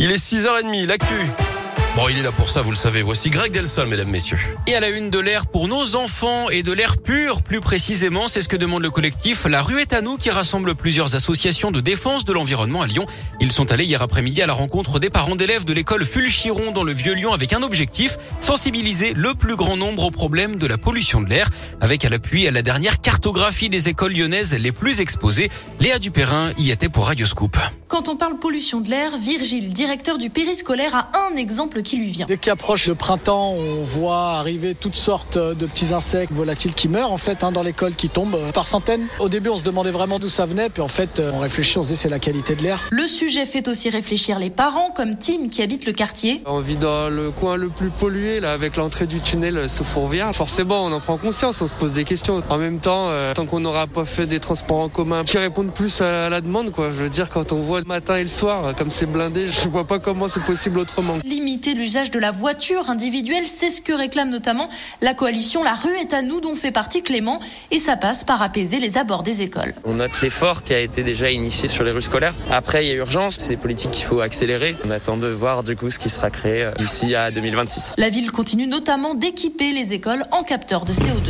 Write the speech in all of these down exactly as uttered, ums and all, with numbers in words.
Il est six heures trente, l'actu. Bon, il est là pour ça, vous le savez. Voici Greg Delsol, mesdames, messieurs. Et à la une de l'air pour nos enfants et de l'air pur, plus précisément, c'est ce que demande le collectif La Rue est à nous qui rassemble plusieurs associations de défense de l'environnement à Lyon. Ils sont allés hier après-midi à la rencontre des parents d'élèves de l'école Fulchiron dans le Vieux-Lyon avec un objectif, sensibiliser le plus grand nombre aux problèmes de la pollution de l'air. Avec à l'appui à la dernière cartographie des écoles lyonnaises les plus exposées. Léa Dupérin y était pour Radio Scoop. Quand on parle pollution de l'air, Virgile, directeur du périscolaire, a un exemple qui lui vient. Dès qu'approche le printemps, on voit arriver toutes sortes de petits insectes volatiles qui meurent en fait hein, dans l'école, qui tombent par centaines. Au début, on se demandait vraiment d'où ça venait, puis en fait, on réfléchit, on se dit c'est la qualité de l'air. Le sujet fait aussi réfléchir les parents, comme Tim qui habite le quartier. On vit dans le coin le plus pollué, là, avec l'entrée du tunnel sous Fourvière. Forcément, on en prend conscience, on se pose des questions. En même temps, euh, tant qu'on n'aura pas fait des transports en commun qui répondent plus à la demande, quoi. Je veux dire, quand on voit le matin et le soir, comme c'est blindé, je vois pas comment c'est possible autrement. Limiter l'usage de la voiture individuelle, c'est ce que réclame notamment la coalition La Rue est à nous, dont fait partie Clément, et ça passe par apaiser les abords des écoles. On note l'effort qui a été déjà initié sur les rues scolaires. Après, il y a urgence, c'est des politiques qu'il faut accélérer. On attend de voir du coup ce qui sera créé d'ici à deux mille vingt-six. La ville continue notamment d'équiper les écoles en capteurs de C O deux.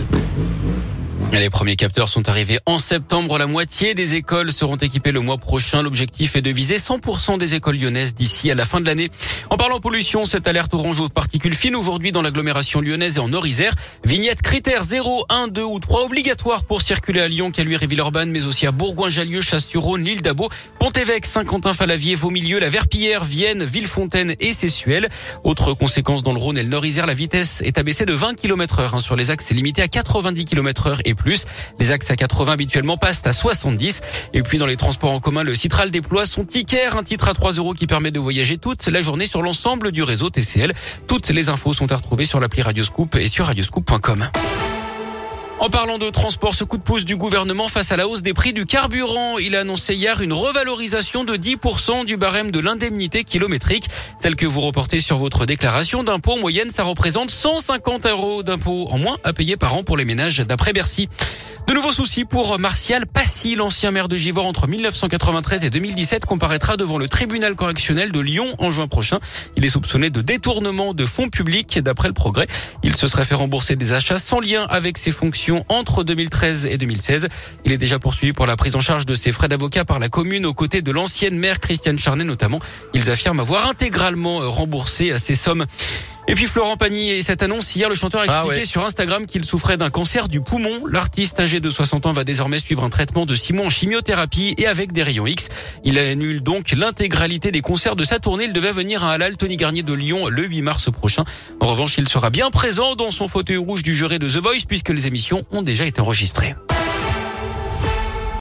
Les premiers capteurs sont arrivés en septembre. La moitié des écoles seront équipées le mois prochain. L'objectif est de viser cent pour cent des écoles lyonnaises d'ici à la fin de l'année. En parlant pollution, cette alerte orange aux particules fines aujourd'hui dans l'agglomération lyonnaise et en Nord-Isère. Vignette critères zéro, un, deux ou trois obligatoires pour circuler à Lyon, Caluire et Villeurbanne, mais aussi à Bourgoin-Jallieu, Chasse-sur-Rhône, l'île d'Abo, Pont-Évêque, Saint-Quentin-Falavier, Vaumilieu, la Verpillière, Vienne, Villefontaine et Sessuel. Autre conséquence dans le Rhône et le Nord-Isère, la vitesse est abaissée de vingt kilomètres heure sur les axes limités à quatre-vingt-dix kilomètres heure et plus. Les axes à quatre-vingts habituellement passent à soixante-dix. Et puis dans les transports en commun, le Citral déploie son ticket, un titre à trois euros qui permet de voyager toute la journée sur l'ensemble du réseau T C L. Toutes les infos sont à retrouver sur l'appli Radioscoop et sur radioscoop point com. En parlant de transport, ce coup de pouce du gouvernement face à la hausse des prix du carburant. Il a annoncé hier une revalorisation de dix pour cent du barème de l'indemnité kilométrique. Celle que vous reportez sur votre déclaration d'impôt en moyenne, ça représente cent cinquante euros d'impôt en moins à payer par an pour les ménages d'après Bercy. De nouveaux soucis pour Martial Passy, l'ancien maire de Givors entre mille neuf cent quatre-vingt-treize et deux mille dix-sept, comparaîtra devant le tribunal correctionnel de Lyon en juin prochain. Il est soupçonné de détournement de fonds publics d'après le Progrès. Il se serait fait rembourser des achats sans lien avec ses fonctions entre deux mille treize et deux mille seize. Il est déjà poursuivi pour la prise en charge de ses frais d'avocat par la commune aux côtés de l'ancienne maire Christiane Charnet notamment. Ils affirment avoir intégralement remboursé ces sommes. Et puis Florent Pagny et cette annonce hier, le chanteur a expliqué ah ouais. sur Instagram qu'il souffrait d'un cancer du poumon. L'artiste âgé de soixante ans va désormais suivre un traitement de six mois en chimiothérapie et avec des rayons X. Il annule donc l'intégralité des concerts de sa tournée. Il devait venir à Halal Tony Garnier de Lyon le huit mars prochain. En revanche, il sera bien présent dans son fauteuil rouge du jury de The Voice puisque les émissions ont déjà été enregistrées.